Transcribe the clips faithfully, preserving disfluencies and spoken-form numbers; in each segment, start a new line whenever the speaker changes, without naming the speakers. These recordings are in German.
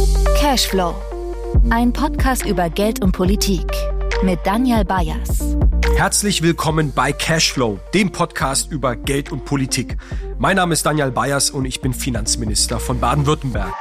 Cashflow, ein Podcast über Geld und Politik mit Daniel Bayers.
Herzlich willkommen bei Cashflow, dem Podcast über Geld und Politik. Mein Name ist Daniel Bayers und ich bin Finanzminister von Baden-Württemberg.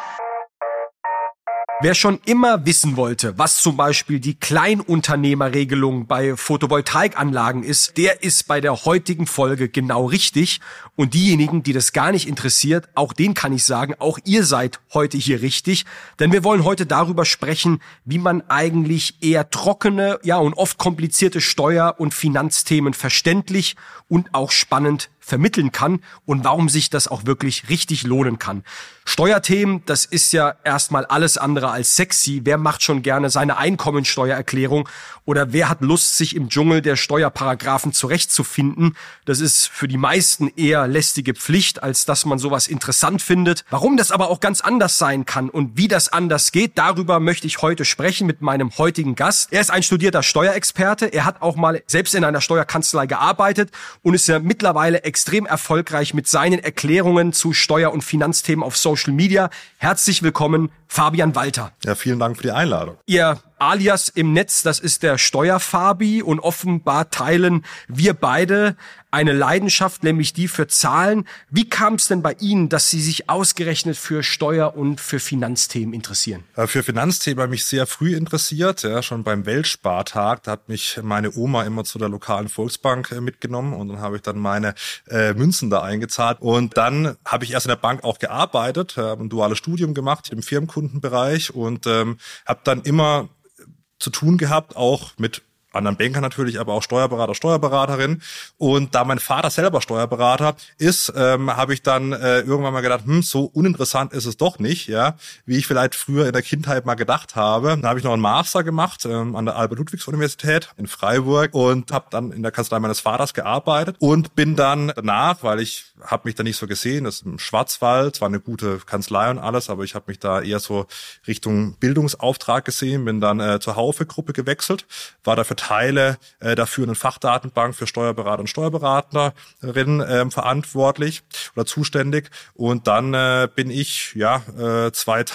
Wer schon immer wissen wollte, was zum Beispiel die Kleinunternehmerregelung bei Photovoltaikanlagen ist, der ist bei der heutigen Folge genau richtig. Und diejenigen, die das gar nicht interessiert, auch denen kann ich sagen, auch ihr seid heute hier richtig. Denn wir wollen heute darüber sprechen, wie man eigentlich eher trockene, ja und oft komplizierte Steuer- und Finanzthemen verständlich und auch spannend vermitteln kann und warum sich das auch wirklich richtig lohnen kann. Steuerthemen, das ist ja erstmal alles andere als sexy. Wer macht schon gerne seine Einkommensteuererklärung oder wer hat Lust, sich im Dschungel der Steuerparagraphen zurechtzufinden? Das ist für die meisten eher lästige Pflicht, als dass man sowas interessant findet. Warum das aber auch ganz anders sein kann und wie das anders geht, darüber möchte ich heute sprechen mit meinem heutigen Gast. Er ist ein studierter Steuerexperte. Er hat auch mal selbst in einer Steuerkanzlei gearbeitet und ist ja mittlerweile extrem erfolgreich mit seinen Erklärungen zu Steuer- und Finanzthemen auf Social Media. Herzlich willkommen, Fabian Walter.
Ja, vielen Dank für die Einladung.
Ihr Alias im Netz, das ist der Steuerfabi und offenbar teilen wir beide eine Leidenschaft, nämlich die für Zahlen. Wie kam es denn bei Ihnen, dass Sie sich ausgerechnet für Steuer- und für Finanzthemen interessieren?
Für Finanzthemen habe ich mich sehr früh interessiert, ja, schon beim Weltspartag. Da hat mich meine Oma immer zu der lokalen Volksbank mitgenommen und dann habe ich dann meine äh, Münzen da eingezahlt. Und dann habe ich erst in der Bank auch gearbeitet, habe ein duales Studium gemacht im Firmenkundenbereich und ähm, habe dann immer zu tun gehabt, auch mit anderen Banker natürlich, aber auch Steuerberater, Steuerberaterin. Und da mein Vater selber Steuerberater ist, ähm, habe ich dann äh, irgendwann mal gedacht, hm, so uninteressant ist es doch nicht, ja, wie ich vielleicht früher in der Kindheit mal gedacht habe. Dann habe ich noch einen Master gemacht ähm, an der Albert-Ludwigs-Universität in Freiburg und habe dann in der Kanzlei meines Vaters gearbeitet und bin dann danach, weil ich habe mich da nicht so gesehen, das ist im Schwarzwald, zwar eine gute Kanzlei und alles, aber ich habe mich da eher so Richtung Bildungsauftrag gesehen, bin dann äh, zur Haufe-Gruppe gewechselt, war dafür Teile äh, der führenden Fachdatenbank für Steuerberater und Steuerberaterinnen äh, verantwortlich oder zuständig. Und dann äh, bin ich ja äh,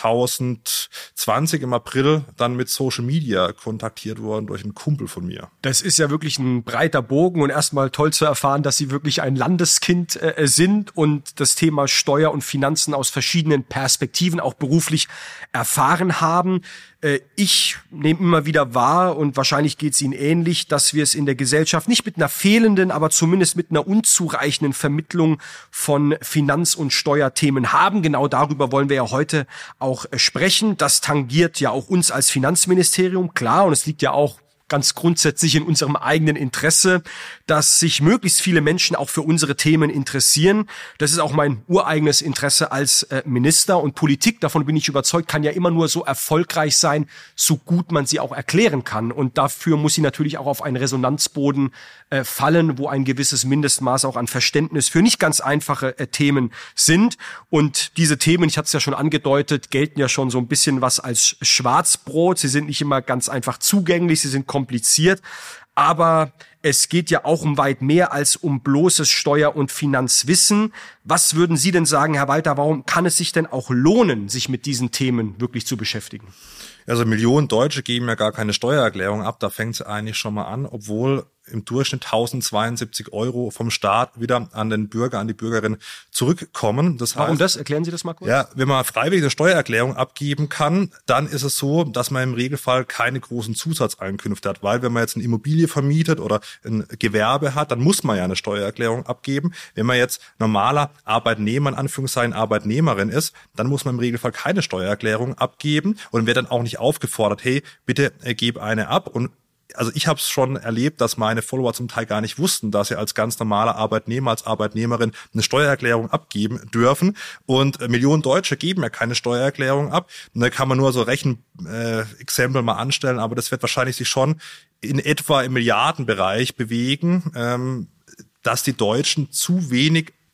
zwanzig zwanzig im April dann mit Social Media kontaktiert worden durch einen Kumpel von mir.
Das ist ja wirklich ein breiter Bogen und erstmal toll zu erfahren, dass Sie wirklich ein Landeskind äh, sind und das Thema Steuer und Finanzen aus verschiedenen Perspektiven auch beruflich erfahren haben. Ich nehme immer wieder wahr, und wahrscheinlich geht es Ihnen ähnlich, dass wir es in der Gesellschaft nicht mit einer fehlenden, aber zumindest mit einer unzureichenden Vermittlung von Finanz- und Steuerthemen haben. Genau darüber wollen wir ja heute auch sprechen. Das tangiert ja auch uns als Finanzministerium, klar, und es liegt ja auch ganz grundsätzlich in unserem eigenen Interesse, dass sich möglichst viele Menschen auch für unsere Themen interessieren. Das ist auch mein ureigenes Interesse als äh, Minister. Und Politik, davon bin ich überzeugt, kann ja immer nur so erfolgreich sein, so gut man sie auch erklären kann. Und dafür muss sie natürlich auch auf einen Resonanzboden äh, fallen, wo ein gewisses Mindestmaß auch an Verständnis für nicht ganz einfache äh, Themen sind. Und diese Themen, ich hatte es ja schon angedeutet, gelten ja schon so ein bisschen was als Schwarzbrot. Sie sind nicht immer ganz einfach zugänglich, sie sind kompliziert, aber es geht ja auch um weit mehr als um bloßes Steuer- und Finanzwissen. Was würden Sie denn sagen, Herr Walter, warum kann es sich denn auch lohnen, sich mit diesen Themen wirklich zu beschäftigen?
Also Millionen Deutsche geben ja gar keine Steuererklärung ab, da fängt es eigentlich schon mal an, obwohl im Durchschnitt tausendzweiundsiebzig Euro vom Staat wieder an den Bürger, an die Bürgerin zurückkommen. Das heißt,
warum das? Erklären Sie das mal kurz.
Ja, wenn man freiwillig eine Steuererklärung abgeben kann, dann ist es so, dass man im Regelfall keine großen Zusatzeinkünfte hat, weil wenn man jetzt eine Immobilie vermietet oder ein Gewerbe hat, dann muss man ja eine Steuererklärung abgeben. Wenn man jetzt normaler Arbeitnehmer, in Anführungszeichen Arbeitnehmerin ist, dann muss man im Regelfall keine Steuererklärung abgeben und wird dann auch nicht aufgefordert, hey, bitte äh, gib eine ab. Und also ich habe es schon erlebt, dass meine Follower zum Teil gar nicht wussten, dass sie als ganz normaler Arbeitnehmer, als Arbeitnehmerin eine Steuererklärung abgeben dürfen. Und äh, Millionen Deutsche geben ja keine Steuererklärung ab. Und da kann man nur so Rechenexempel äh, mal anstellen, aber das wird wahrscheinlich sich schon in etwa im Milliardenbereich bewegen, ähm, dass die Deutschen zu wenig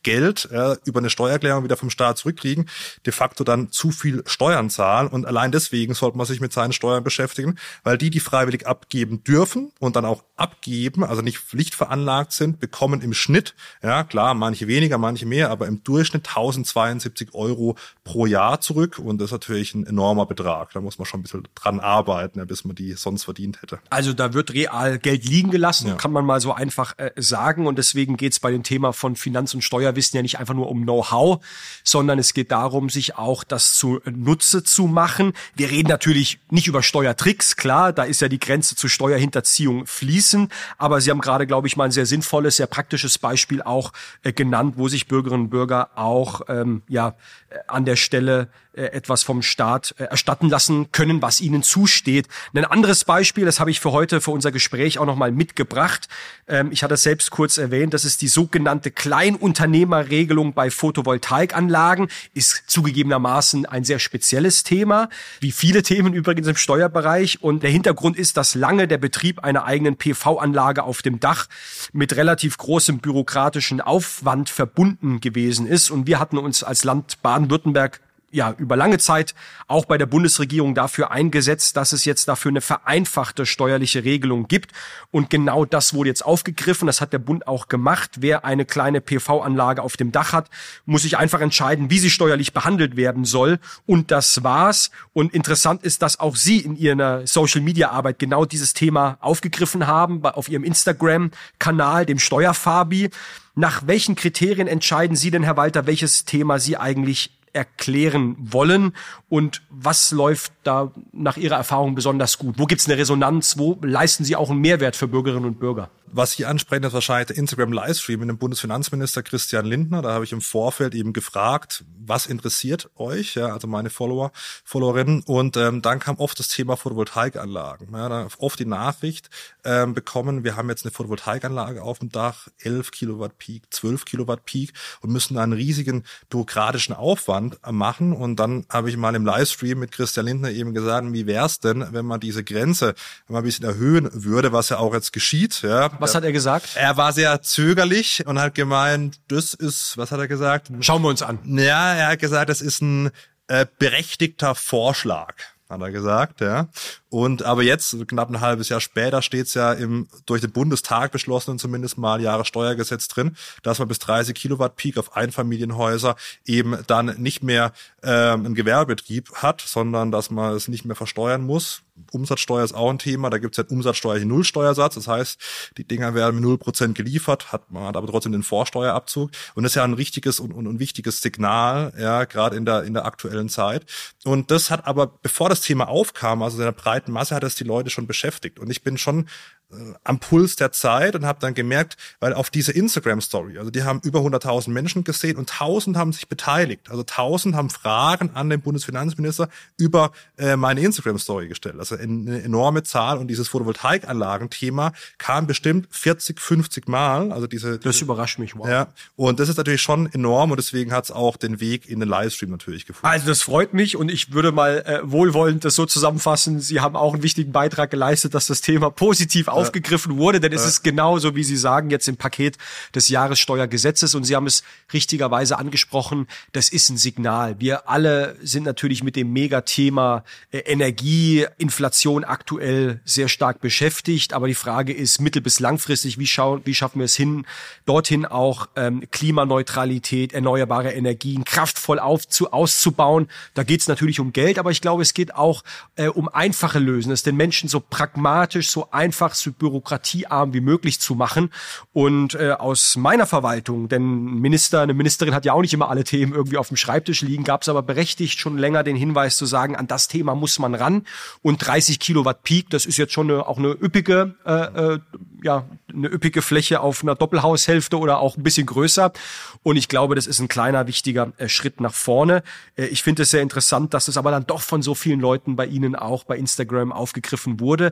Geld äh, über eine Steuererklärung wieder vom Staat zurückkriegen, de facto dann zu viel Steuern zahlen. Und allein deswegen sollte man sich mit seinen Steuern beschäftigen, weil die, die freiwillig abgeben dürfen und dann auch abgeben, also nicht pflichtveranlagt sind, bekommen im Schnitt, ja klar, manche weniger, manche mehr, aber im Durchschnitt tausendzweiundsiebzig Euro pro Jahr zurück. Und das ist natürlich ein enormer Betrag. Da muss man schon ein bisschen dran arbeiten, ja, bis man die sonst verdient hätte.
Also da wird real Geld liegen gelassen,
ja.
kann man mal so einfach äh, sagen. Und deswegen geht es bei dem Thema von Finanz- und Steuerwissen ja nicht einfach nur um Know-how, sondern es geht darum, sich auch das zu Nutze zu machen. Wir reden natürlich nicht über Steuertricks, klar, da ist ja die Grenze zur Steuerhinterziehung fließend. Aber Sie haben gerade, glaube ich, mal ein sehr sinnvolles, sehr praktisches Beispiel auch äh, genannt, wo sich Bürgerinnen und Bürger auch ähm, ja äh, an der Stelle äh, etwas vom Staat äh, erstatten lassen können, was ihnen zusteht. Ein anderes Beispiel, das habe ich für heute, für unser Gespräch auch nochmal mitgebracht. Ähm, ich hatte es selbst kurz erwähnt, das ist die sogenannte Kleinunternehmerregelung bei Photovoltaikanlagen. Ist zugegebenermaßen ein sehr spezielles Thema, wie viele Themen übrigens im Steuerbereich. Und der Hintergrund ist, dass lange der Betrieb einer eigenen P V-Anlage auf dem Dach mit relativ großem bürokratischen Aufwand verbunden gewesen ist. Und wir hatten uns als Land Baden-Württemberg ja über lange Zeit auch bei der Bundesregierung dafür eingesetzt, dass es jetzt dafür eine vereinfachte steuerliche Regelung gibt. Und genau das wurde jetzt aufgegriffen. Das hat der Bund auch gemacht. Wer eine kleine P V-Anlage auf dem Dach hat, muss sich einfach entscheiden, wie sie steuerlich behandelt werden soll. Und das war's. Und interessant ist, dass auch Sie in Ihrer Social-Media-Arbeit genau dieses Thema aufgegriffen haben, auf Ihrem Instagram-Kanal, dem Steuerfabi. Nach welchen Kriterien entscheiden Sie denn, Herr Walter, welches Thema Sie eigentlich erklären wollen und was läuft da nach Ihrer Erfahrung besonders gut? Wo gibt es eine Resonanz? Wo leisten Sie auch einen Mehrwert für Bürgerinnen und Bürger?
Was Sie ansprechen, ist wahrscheinlich der Instagram-Livestream mit dem Bundesfinanzminister Christian Lindner. Da habe ich im Vorfeld eben gefragt, was interessiert euch, ja, also meine Follower, Followerinnen. Und ähm, dann kam oft das Thema Photovoltaikanlagen. Ja, da oft die Nachricht ähm, bekommen, wir haben jetzt eine Photovoltaikanlage auf dem Dach, elf Kilowatt Peak, zwölf Kilowatt Peak und müssen einen riesigen bürokratischen Aufwand machen. Und dann habe ich mal im Livestream mit Christian Lindner eben gesagt, wie wäre es denn, wenn man diese Grenze wenn man ein bisschen erhöhen würde, was ja auch jetzt geschieht, ja.
Was hat er gesagt?
Er war sehr zögerlich und hat gemeint, das ist, was hat er gesagt?
Schauen wir uns an.
Ja, er hat gesagt, das ist ein äh, berechtigter Vorschlag, hat er gesagt, ja. Und aber jetzt, knapp ein halbes Jahr später, steht's ja im durch den Bundestag beschlossenen zumindest mal Jahressteuergesetz drin, dass man bis dreißig Kilowatt Peak auf Einfamilienhäuser eben dann nicht mehr ähm, einen Gewerbebetrieb hat, sondern dass man es nicht mehr versteuern muss. Umsatzsteuer ist auch ein Thema, da gibt's ja einen umsatzsteuerlichen Nullsteuersatz, das heißt, die Dinger werden mit null Prozent geliefert, hat man hat aber trotzdem den Vorsteuerabzug und das ist ja ein richtiges und, und ein wichtiges Signal, ja, gerade in der in der aktuellen Zeit. Und das hat aber, bevor das Thema aufkam, also in der breiten Masse, hat es die Leute schon beschäftigt und ich bin schon am Puls der Zeit und habe dann gemerkt, weil auf diese Instagram-Story, also die haben über hunderttausend Menschen gesehen und tausend haben sich beteiligt. Also tausend haben Fragen an den Bundesfinanzminister über äh, meine Instagram-Story gestellt. Also eine enorme Zahl und dieses Photovoltaikanlagen-Thema kam bestimmt vierzig, fünfzig Mal. Also diese,
das
diese,
überrascht mich, wow.
Ja, und das ist natürlich schon enorm und deswegen hat es auch den Weg in den Livestream natürlich gefunden.
Also das freut mich und ich würde mal äh, wohlwollend das so zusammenfassen. Sie haben auch einen wichtigen Beitrag geleistet, dass das Thema positiv ja. aufgegriffen wurde, denn es ja. ist genauso, wie Sie sagen, jetzt im Paket des Jahressteuergesetzes und Sie haben es richtigerweise angesprochen, das ist ein Signal. Wir alle sind natürlich mit dem Megathema äh, Energie, Inflation aktuell sehr stark beschäftigt, aber die Frage ist mittel- bis langfristig, wie, schauen, wie schaffen wir es hin, dorthin auch ähm, Klimaneutralität, erneuerbare Energien kraftvoll aufzu, auszubauen. Da geht es natürlich um Geld, aber ich glaube, es geht auch äh, um einfache Lösungen, es den Menschen so pragmatisch, so einfach, so bürokratiearm wie möglich zu machen. Und äh, aus meiner Verwaltung, denn ein Minister, eine Ministerin hat ja auch nicht immer alle Themen irgendwie auf dem Schreibtisch liegen, gab es aber berechtigt schon länger den Hinweis zu sagen, an das Thema muss man ran. Und dreißig Kilowatt Peak, das ist jetzt schon eine, auch eine üppige, äh, äh, ja, eine üppige Fläche auf einer Doppelhaushälfte oder auch ein bisschen größer. Und ich glaube, das ist ein kleiner, wichtiger äh, Schritt nach vorne. Äh, ich finde es sehr interessant, dass es aber dann doch von so vielen Leuten bei Ihnen auch bei Instagram aufgegriffen wurde.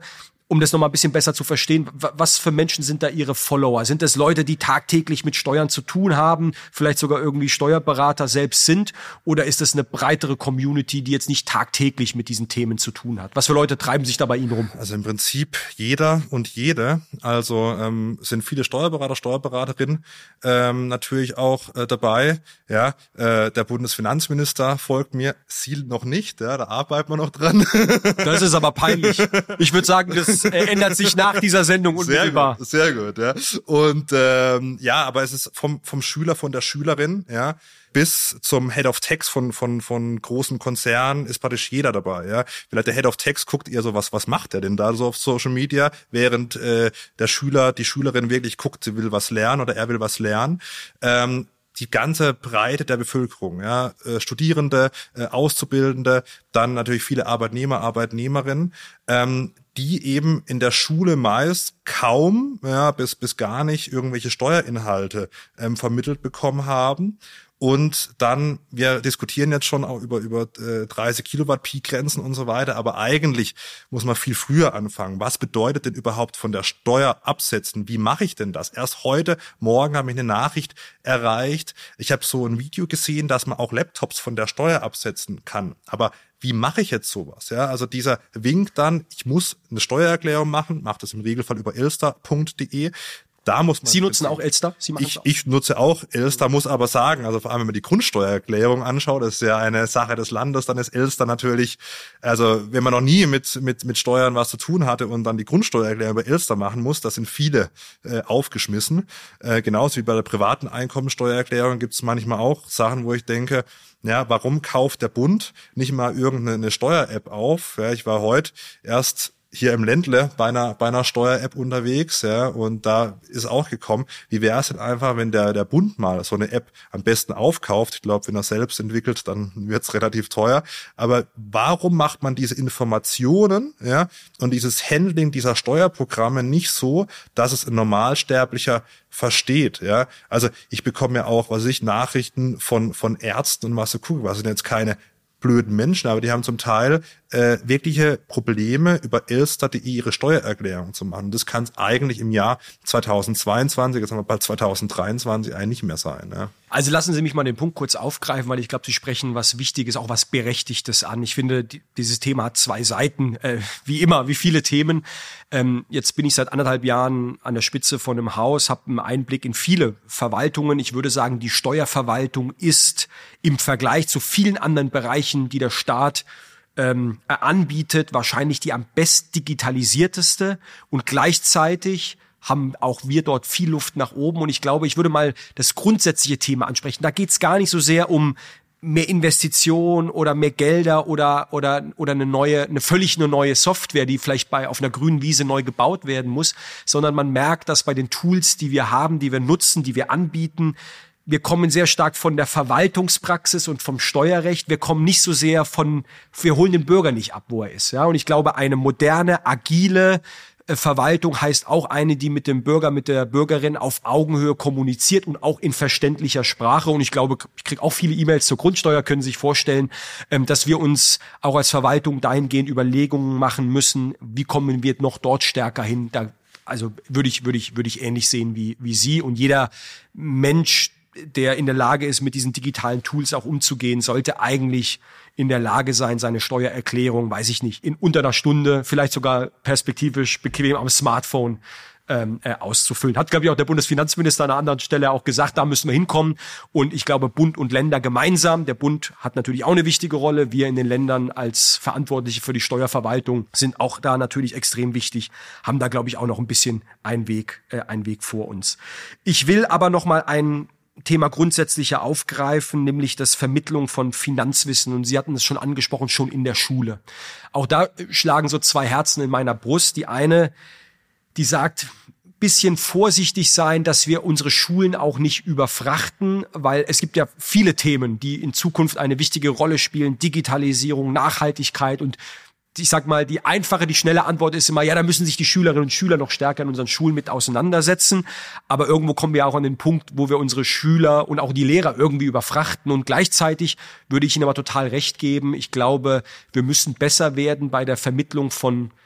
um das nochmal ein bisschen besser zu verstehen, was für Menschen sind da Ihre Follower? Sind das Leute, die tagtäglich mit Steuern zu tun haben, vielleicht sogar irgendwie Steuerberater selbst sind? Oder ist das eine breitere Community, die jetzt nicht tagtäglich mit diesen Themen zu tun hat? Was für Leute treiben sich da bei Ihnen rum?
Also im Prinzip jeder und jede. Also ähm, sind viele Steuerberater, Steuerberaterinnen ähm, natürlich auch äh, dabei. Ja, äh, der Bundesfinanzminister folgt mir, Sie noch nicht. Ja, da arbeitet man noch dran.
Das ist aber peinlich. Ich würde sagen, das ändert sich nach dieser Sendung unmittelbar.
Sehr gut, sehr gut, ja. Und ähm, ja, aber es ist vom vom Schüler, von der Schülerin, ja, bis zum Head of Tax von von von großen Konzernen ist praktisch jeder dabei, ja. Vielleicht der Head of Tax guckt eher so, was was macht er denn da so auf Social Media, während äh, der Schüler, die Schülerin wirklich guckt, sie will was lernen oder er will was lernen. Ähm, die ganze Breite der Bevölkerung, ja, äh, Studierende, äh, Auszubildende, dann natürlich viele Arbeitnehmer, Arbeitnehmerinnen, ähm, die eben in der Schule meist kaum, ja, bis bis gar nicht irgendwelche Steuerinhalte ähm, vermittelt bekommen haben. Und dann, wir diskutieren jetzt schon auch über über äh, dreißig Kilowatt Peak-Grenzen und so weiter, aber eigentlich muss man viel früher anfangen. Was bedeutet denn überhaupt von der Steuer absetzen? Wie mache ich denn das? Erst heute Morgen habe ich eine Nachricht erreicht. Ich habe so ein Video gesehen, dass man auch Laptops von der Steuer absetzen kann. Aber wie mache ich jetzt sowas? Ja, also dieser Wink dann, ich muss eine Steuererklärung machen, mache das im Regelfall über elster punkt de. Da muss man
Sie nutzen auch Elster? Sie machen
ich,
auch.
ich nutze auch Elster, muss aber sagen, also vor allem, wenn man die Grundsteuererklärung anschaut, das ist ja eine Sache des Landes, dann ist Elster natürlich, also wenn man noch nie mit mit mit Steuern was zu tun hatte und dann die Grundsteuererklärung über Elster machen muss, da sind viele äh, aufgeschmissen. Äh, genauso wie bei der privaten Einkommensteuererklärung gibt es manchmal auch Sachen, wo ich denke, ja, warum kauft der Bund nicht mal irgendeine Steuer-App auf? Ja, ich war heute erst hier im Ländle bei einer, bei einer Steuer-App unterwegs, ja, und da ist auch gekommen, wie wäre es denn einfach, wenn der, der Bund mal so eine App am besten aufkauft? Ich glaube, wenn er selbst entwickelt, dann wird es relativ teuer. Aber warum macht man diese Informationen, ja, und dieses Handling dieser Steuerprogramme nicht so, dass es ein Normalsterblicher versteht, ja? Also ich bekomme ja auch, was weiß ich, Nachrichten von, von Ärzten und was so gucke, was sind jetzt keine blöden Menschen, aber die haben zum Teil äh, wirkliche Probleme, über elster punkt de ihre Steuererklärung zu machen. Das kann es eigentlich im Jahr zweitausendzweiundzwanzig, jetzt haben wir bald zweitausenddreiundzwanzig, eigentlich nicht mehr sein. Ja.
Also lassen Sie mich mal den Punkt kurz aufgreifen, weil ich glaube, Sie sprechen was Wichtiges, auch was Berechtigtes an. Ich finde, die, dieses Thema hat zwei Seiten, äh, wie immer, wie viele Themen. Ähm, jetzt bin ich seit anderthalb Jahren an der Spitze von einem Haus, habe einen Einblick in viele Verwaltungen. Ich würde sagen, die Steuerverwaltung ist im Vergleich zu vielen anderen Bereichen, die der Staat ähm, anbietet, wahrscheinlich die am best digitalisierteste, und gleichzeitig haben auch wir dort viel Luft nach oben. Und ich glaube, ich würde mal das grundsätzliche Thema ansprechen. Da geht es gar nicht so sehr um mehr Investition oder mehr Gelder oder oder oder eine neue, eine völlig eine neue Software, die vielleicht bei auf einer grünen Wiese neu gebaut werden muss, sondern man merkt, dass bei den Tools, die wir haben, die wir nutzen, die wir anbieten, wir kommen sehr stark von der Verwaltungspraxis und vom Steuerrecht. Wir kommen nicht so sehr von, wir holen den Bürger nicht ab, wo er ist. Ja, und ich glaube, eine moderne, agile Verwaltung heißt auch eine, die mit dem Bürger, mit der Bürgerin auf Augenhöhe kommuniziert und auch in verständlicher Sprache. Und ich glaube, ich kriege auch viele E-Mails zur Grundsteuer, können Sie sich vorstellen, dass wir uns auch als Verwaltung dahingehend Überlegungen machen müssen, wie kommen wir noch dort stärker hin. Da, also würde ich, würde ich, würde ich ähnlich sehen wie, wie Sie. Und jeder Mensch, der in der Lage ist, mit diesen digitalen Tools auch umzugehen, sollte eigentlich in der Lage sein, seine Steuererklärung, weiß ich nicht, in unter einer Stunde, vielleicht sogar perspektivisch bequem am Smartphone ähm, äh, auszufüllen. Hat, glaube ich, auch der Bundesfinanzminister an einer anderen Stelle auch gesagt, da müssen wir hinkommen. Und ich glaube, Bund und Länder gemeinsam, der Bund hat natürlich auch eine wichtige Rolle. Wir in den Ländern als Verantwortliche für die Steuerverwaltung sind auch da natürlich extrem wichtig, haben da, glaube ich, auch noch ein bisschen einen Weg, äh, einen Weg vor uns. Ich will aber noch mal einen Thema grundsätzlicher aufgreifen, nämlich das Vermittlung von Finanzwissen. Und Sie hatten es schon angesprochen, schon in der Schule. Auch da schlagen so zwei Herzen in meiner Brust. Die eine, die sagt, bisschen vorsichtig sein, dass wir unsere Schulen auch nicht überfrachten, weil es gibt ja viele Themen, die in Zukunft eine wichtige Rolle spielen. Digitalisierung, Nachhaltigkeit, und ich sag mal, die einfache, die schnelle Antwort ist immer, ja, da müssen sich die Schülerinnen und Schüler noch stärker in unseren Schulen mit auseinandersetzen. Aber irgendwo kommen wir auch an den Punkt, wo wir unsere Schüler und auch die Lehrer irgendwie überfrachten. Und gleichzeitig würde ich Ihnen aber total recht geben. Ich glaube, wir müssen besser werden bei der Vermittlung von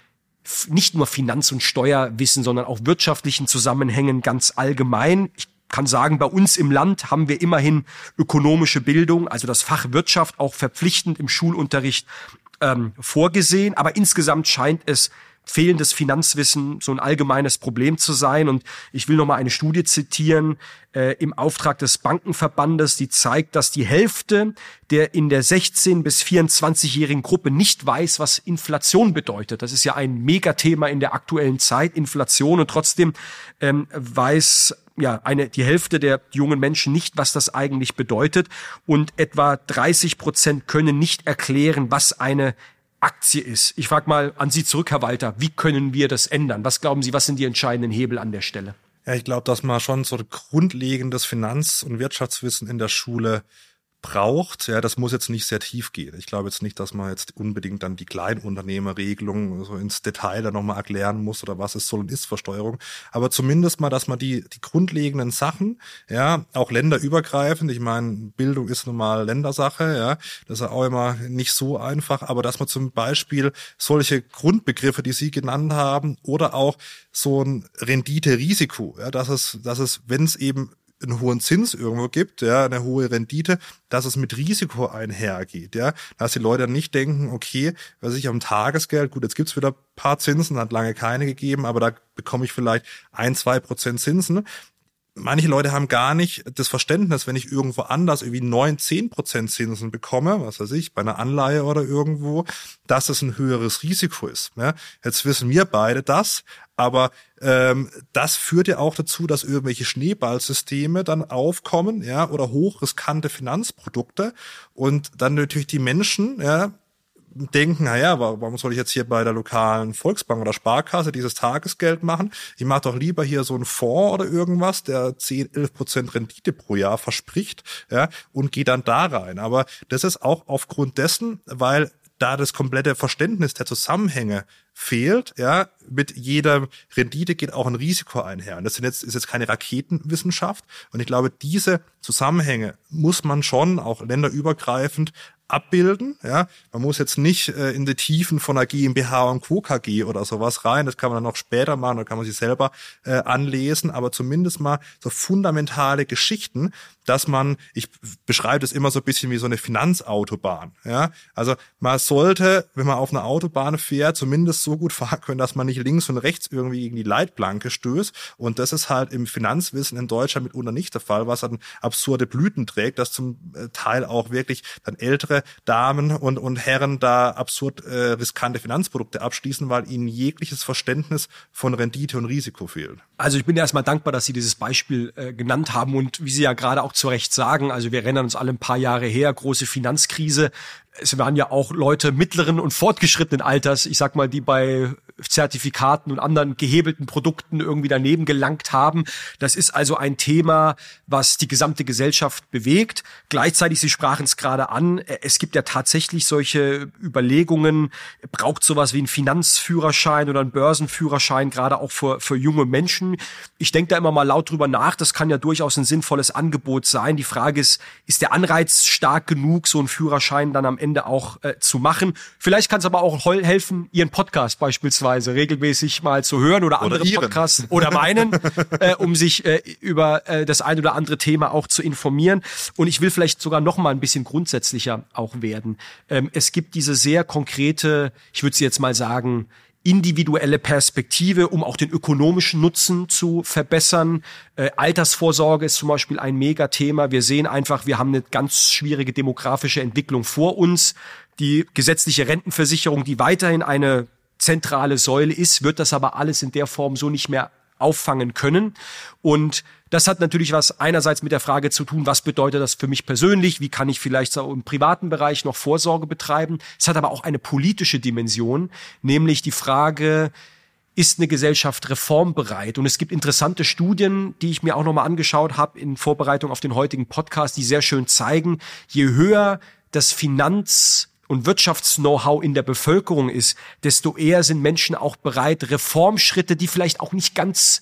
nicht nur Finanz- und Steuerwissen, sondern auch wirtschaftlichen Zusammenhängen ganz allgemein. Ich kann sagen, bei uns im Land haben wir immerhin ökonomische Bildung, also das Fach Wirtschaft auch verpflichtend im Schulunterricht ähm, vorgesehen. Aber insgesamt scheint es fehlendes Finanzwissen so ein allgemeines Problem zu sein. Und ich will noch mal eine Studie zitieren äh, im Auftrag des Bankenverbandes, die zeigt, dass die Hälfte der in der sechzehn- bis vierundzwanzigjährigen Gruppe nicht weiß, was Inflation bedeutet. Das ist ja ein Megathema in der aktuellen Zeit, Inflation. Und trotzdem ähm, weiß ja eine die Hälfte der jungen Menschen nicht, was das eigentlich bedeutet. Und etwa dreißig Prozent können nicht erklären, was eine Aktie ist. Ich frage mal an Sie zurück, Herr Walter, wie können wir das ändern? Was glauben Sie, was sind die entscheidenden Hebel an der Stelle?
Ja, ich glaube, dass man schon so ein grundlegendes Finanz- und Wirtschaftswissen in der Schule braucht. Ja, das muss jetzt nicht sehr tief gehen. Ich glaube jetzt nicht, dass man jetzt unbedingt dann die Kleinunternehmerregelung so ins Detail dann nochmal erklären muss oder was es soll und ist Versteuerung. Aber zumindest mal, dass man die die grundlegenden Sachen, ja, auch länderübergreifend, ich meine, Bildung ist nun mal Ländersache, ja, das ist auch immer nicht so einfach, aber dass man zum Beispiel solche Grundbegriffe, die Sie genannt haben, oder auch so ein Rendite-Risiko, ja, dass es, dass es, wenn es eben einen hohen Zins irgendwo gibt, ja, eine hohe Rendite, dass es mit Risiko einhergeht, ja, dass die Leute nicht denken, okay, was ich am Tagesgeld, gut, jetzt gibt's wieder ein paar Zinsen, hat lange keine gegeben, aber da bekomme ich vielleicht ein, zwei Prozent Zinsen. Manche Leute haben gar nicht das Verständnis, wenn ich irgendwo anders irgendwie neun, zehn Prozent Zinsen bekomme, was weiß ich, bei einer Anleihe oder irgendwo, dass es ein höheres Risiko ist. Ja, jetzt wissen wir beide das, aber ähm, das führt ja auch dazu, dass irgendwelche Schneeballsysteme dann aufkommen, ja, oder hochriskante Finanzprodukte und dann natürlich die Menschen, ja, denken, naja, warum soll ich jetzt hier bei der lokalen Volksbank oder Sparkasse dieses Tagesgeld machen? Ich mache doch lieber hier so einen Fonds oder irgendwas, der zehn, elf Prozent Rendite pro Jahr verspricht, ja, und gehe dann da rein. Aber das ist auch aufgrund dessen, weil da das komplette Verständnis der Zusammenhänge fehlt, ja, mit jeder Rendite geht auch ein Risiko einher. Und das sind jetzt, ist jetzt keine Raketenwissenschaft. Und ich glaube, diese Zusammenhänge muss man schon auch länderübergreifend abbilden, ja. Man muss jetzt nicht äh, in die Tiefen von einer GmbH und Co. K G oder sowas rein. Das kann man dann noch später machen, da kann man sich selber äh, anlesen, aber zumindest mal so fundamentale Geschichten, dass man, ich beschreibe das immer so ein bisschen wie so eine Finanzautobahn, ja. Also man sollte, wenn man auf einer Autobahn fährt, zumindest so gut fahren können, dass man nicht links und rechts irgendwie gegen die Leitplanke stößt. Und das ist halt im Finanzwissen in Deutschland mitunter nicht der Fall, was dann absurde Blüten trägt, dass zum Teil auch wirklich dann ältere Damen und, und Herren da absurd äh, riskante Finanzprodukte abschließen, weil ihnen jegliches Verständnis von Rendite und Risiko fehlt.
Also ich bin erstmal dankbar, dass Sie dieses Beispiel äh, genannt haben und wie Sie ja gerade auch zu Recht sagen, also wir erinnern uns alle ein paar Jahre her, große Finanzkrise. Es waren ja auch Leute mittleren und fortgeschrittenen Alters, ich sag mal, die bei Zertifikaten und anderen gehebelten Produkten irgendwie daneben gelangt haben. Das ist also ein Thema, was die gesamte Gesellschaft bewegt. Gleichzeitig, Sie sprachen es gerade an, es gibt ja tatsächlich solche Überlegungen, braucht sowas wie einen Finanzführerschein oder einen Börsenführerschein, gerade auch für, für junge Menschen. Ich denke da immer mal laut drüber nach, das kann ja durchaus ein sinnvolles Angebot sein. Die Frage ist, ist der Anreiz stark genug, so einen Führerschein dann am Ende auch äh, zu machen? Vielleicht kann es aber auch helfen, Ihren Podcast beispielsweise regelmäßig mal zu hören oder andere
oder
Podcasts oder meinen, äh, um sich äh, über äh, das ein oder andere Thema auch zu informieren. Und ich will vielleicht sogar noch mal ein bisschen grundsätzlicher auch werden. Ähm, es gibt diese sehr konkrete, ich würde sie jetzt mal sagen, individuelle Perspektive, um auch den ökonomischen Nutzen zu verbessern. Äh, Altersvorsorge ist zum Beispiel ein Megathema. Wir sehen einfach, wir haben eine ganz schwierige demografische Entwicklung vor uns. Die gesetzliche Rentenversicherung, die weiterhin eine zentrale Säule ist, wird das aber alles in der Form so nicht mehr auffangen können. Und das hat natürlich was einerseits mit der Frage zu tun, was bedeutet das für mich persönlich, wie kann ich vielleicht so im privaten Bereich noch Vorsorge betreiben. Es hat aber auch eine politische Dimension, nämlich die Frage, ist eine Gesellschaft reformbereit? Und es gibt interessante Studien, die ich mir auch nochmal angeschaut habe in Vorbereitung auf den heutigen Podcast, die sehr schön zeigen, je höher das Finanz- und Wirtschafts-Know-how in der Bevölkerung ist, desto eher sind Menschen auch bereit, Reformschritte, die vielleicht auch nicht ganz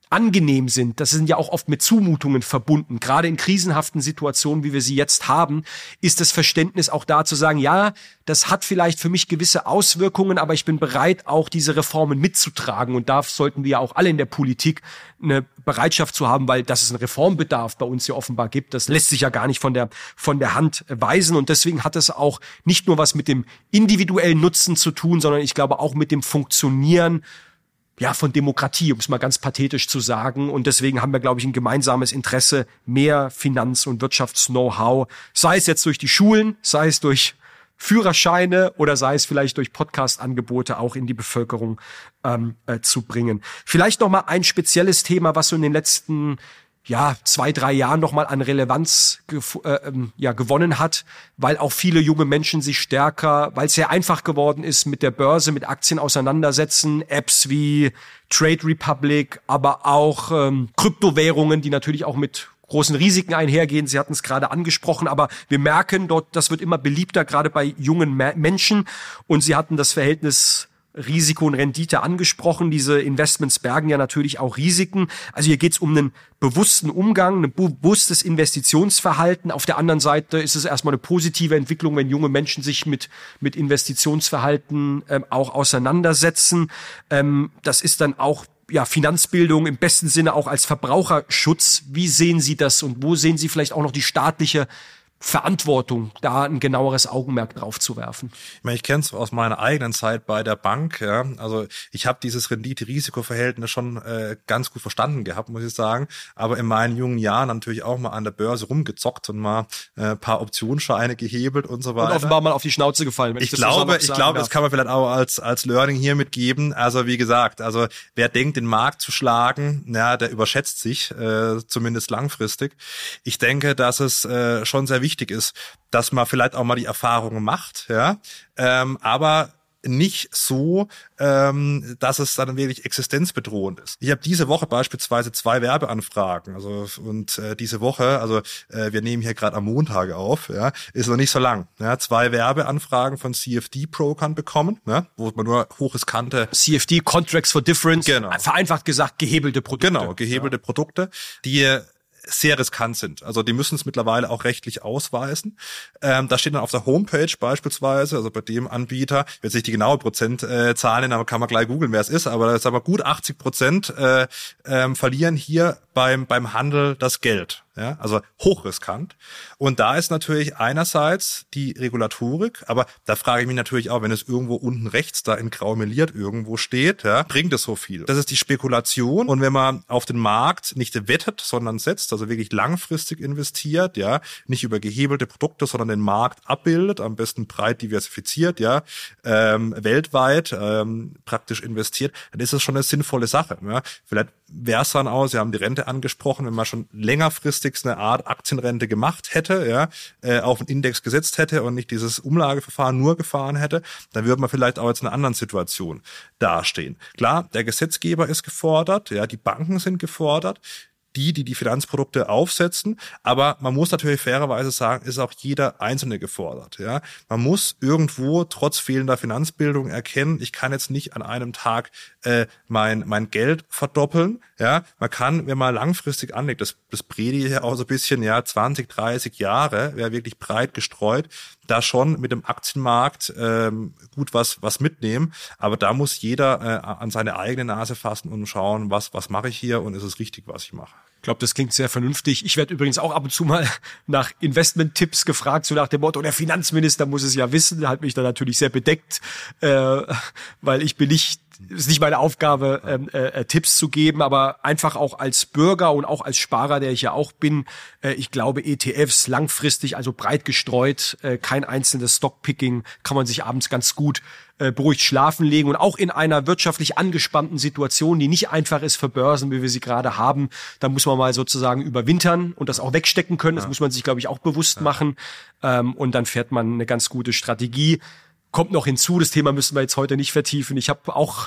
angenehm sind, das sind ja auch oft mit Zumutungen verbunden. Gerade in krisenhaften Situationen, wie wir sie jetzt haben, ist das Verständnis auch da zu sagen, ja, das hat vielleicht für mich gewisse Auswirkungen, aber ich bin bereit, auch diese Reformen mitzutragen. Und da sollten wir ja auch alle in der Politik eine Bereitschaft zu haben, weil dass es einen Reformbedarf bei uns ja offenbar gibt, das lässt sich ja gar nicht von der, von der Hand weisen. Und deswegen hat es auch nicht nur was mit dem individuellen Nutzen zu tun, sondern ich glaube auch mit dem Funktionieren ja, von Demokratie, um es mal ganz pathetisch zu sagen. Und deswegen haben wir, glaube ich, ein gemeinsames Interesse, mehr Finanz- und Wirtschafts-Know-how, sei es jetzt durch die Schulen, sei es durch Führerscheine oder sei es vielleicht durch Podcast-Angebote auch in die Bevölkerung ähm, äh, zu bringen. Vielleicht noch mal ein spezielles Thema, was so in den letzten ja, zwei, drei Jahren nochmal an Relevanz gef- äh, ähm, ja, gewonnen hat, weil auch viele junge Menschen sich stärker, weil es sehr einfach geworden ist, mit der Börse, mit Aktien auseinandersetzen, Apps wie Trade Republic, aber auch ähm, Kryptowährungen, die natürlich auch mit großen Risiken einhergehen. Sie hatten es gerade angesprochen, aber wir merken dort, das wird immer beliebter, gerade bei jungen Me- Menschen. Und Sie hatten das Verhältnis Risiko und Rendite angesprochen. Diese Investments bergen ja natürlich auch Risiken. Also hier geht es um einen bewussten Umgang, ein bewusstes Investitionsverhalten. Auf der anderen Seite ist es erstmal eine positive Entwicklung, wenn junge Menschen sich mit mit Investitionsverhalten ähm, auch auseinandersetzen. Ähm, das ist dann auch ja Finanzbildung im besten Sinne auch als Verbraucherschutz. Wie sehen Sie das und wo sehen Sie vielleicht auch noch die staatliche Verantwortung, da ein genaueres Augenmerk drauf zu werfen?
Ich meine, ich kenne es aus meiner eigenen Zeit bei der Bank. Ja. Also ich habe dieses Rendite-Risiko-Verhältnis schon äh, ganz gut verstanden gehabt, muss ich sagen. Aber in meinen jungen Jahren natürlich auch mal an der Börse rumgezockt und mal ein äh, paar Optionsscheine gehebelt und so weiter.
Und offenbar mal auf die Schnauze gefallen. Wenn ich,
ich
das
glaube,
so
ich glaube,
darf.
das kann man vielleicht auch als als Learning hier mitgeben. Also wie gesagt, also wer denkt, den Markt zu schlagen, ja, der überschätzt sich, äh, zumindest langfristig. Ich denke, dass es äh, schon sehr wichtig ist, dass man vielleicht auch mal die Erfahrungen macht, ja, ähm, aber nicht so, ähm, dass es dann wirklich existenzbedrohend ist. Ich habe diese Woche beispielsweise zwei Werbeanfragen, also und äh, diese Woche, also äh, wir nehmen hier gerade am Montag auf, ja, ist noch nicht so lang. Ja, zwei Werbeanfragen von C F D-Brokern bekommen, ne, wo man nur hochriskante
C F D, Contracts for Difference,
genau.
vereinfacht gesagt gehebelte Produkte.
Genau, gehebelte ja. Produkte, die sehr riskant sind. Also die müssen es mittlerweile auch rechtlich ausweisen. Ähm, da steht dann auf der Homepage beispielsweise, also bei dem Anbieter, jetzt nicht die genaue Prozentzahl nennen, aber kann man gleich googeln, wer es ist, aber sagen wir gut achtzig Prozent äh, ähm, verlieren hier beim beim Handel das Geld. Ja, also hochriskant. Und da ist natürlich einerseits die Regulatorik, aber da frage ich mich natürlich auch, wenn es irgendwo unten rechts da in grau meliert irgendwo steht, ja, bringt es so viel? Das ist die Spekulation. Und wenn man auf den Markt nicht wettet, sondern setzt, also wirklich langfristig investiert, ja, nicht über gehebelte Produkte, sondern den Markt abbildet, am besten breit diversifiziert, ja, ähm, weltweit ähm, praktisch investiert, dann ist es schon eine sinnvolle Sache. Ja. Vielleicht wäre es dann auch, Sie haben die Rente angesprochen, wenn man schon längerfristig eine Art Aktienrente gemacht hätte, ja, äh, auf einen Index gesetzt hätte und nicht dieses Umlageverfahren nur gefahren hätte, dann würde man vielleicht auch jetzt in einer anderen Situation dastehen. Klar, der Gesetzgeber ist gefordert, ja, die Banken sind gefordert, die, die die Finanzprodukte aufsetzen, aber man muss natürlich fairerweise sagen, ist auch jeder Einzelne gefordert. Ja, man muss irgendwo trotz fehlender Finanzbildung erkennen, ich kann jetzt nicht an einem Tag äh, mein mein Geld verdoppeln. Ja, man kann, wenn man langfristig anlegt, das das predige ich ja auch so ein bisschen, ja, zwanzig, dreißig Jahre, wäre wirklich breit gestreut, da schon mit dem Aktienmarkt ähm, gut was was mitnehmen, aber da muss jeder äh, an seine eigene Nase fassen und schauen, was was mache ich hier und ist es richtig, was ich mache.
Ich glaube, das klingt sehr vernünftig. Ich werde übrigens auch ab und zu mal nach Investment-Tipps gefragt, so nach dem Motto, der Finanzminister muss es ja wissen. Der hat mich da natürlich sehr bedeckt, äh, weil ich bin nicht, es ist nicht meine Aufgabe, ähm, äh, Tipps zu geben, aber einfach auch als Bürger und auch als Sparer, der ich ja auch bin, äh, ich glaube, E T Fs langfristig, also breit gestreut, äh, kein einzelnes Stockpicking, kann man sich abends ganz gut äh, beruhigt schlafen legen. Und auch in einer wirtschaftlich angespannten Situation, die nicht einfach ist für Börsen, wie wir sie gerade haben, da muss man mal sozusagen überwintern und das auch wegstecken können. Das ja. muss man sich, glaube ich, auch bewusst ja. machen. Ähm, und dann fährt man eine ganz gute Strategie. Kommt noch hinzu, das Thema müssen wir jetzt heute nicht vertiefen. Ich habe auch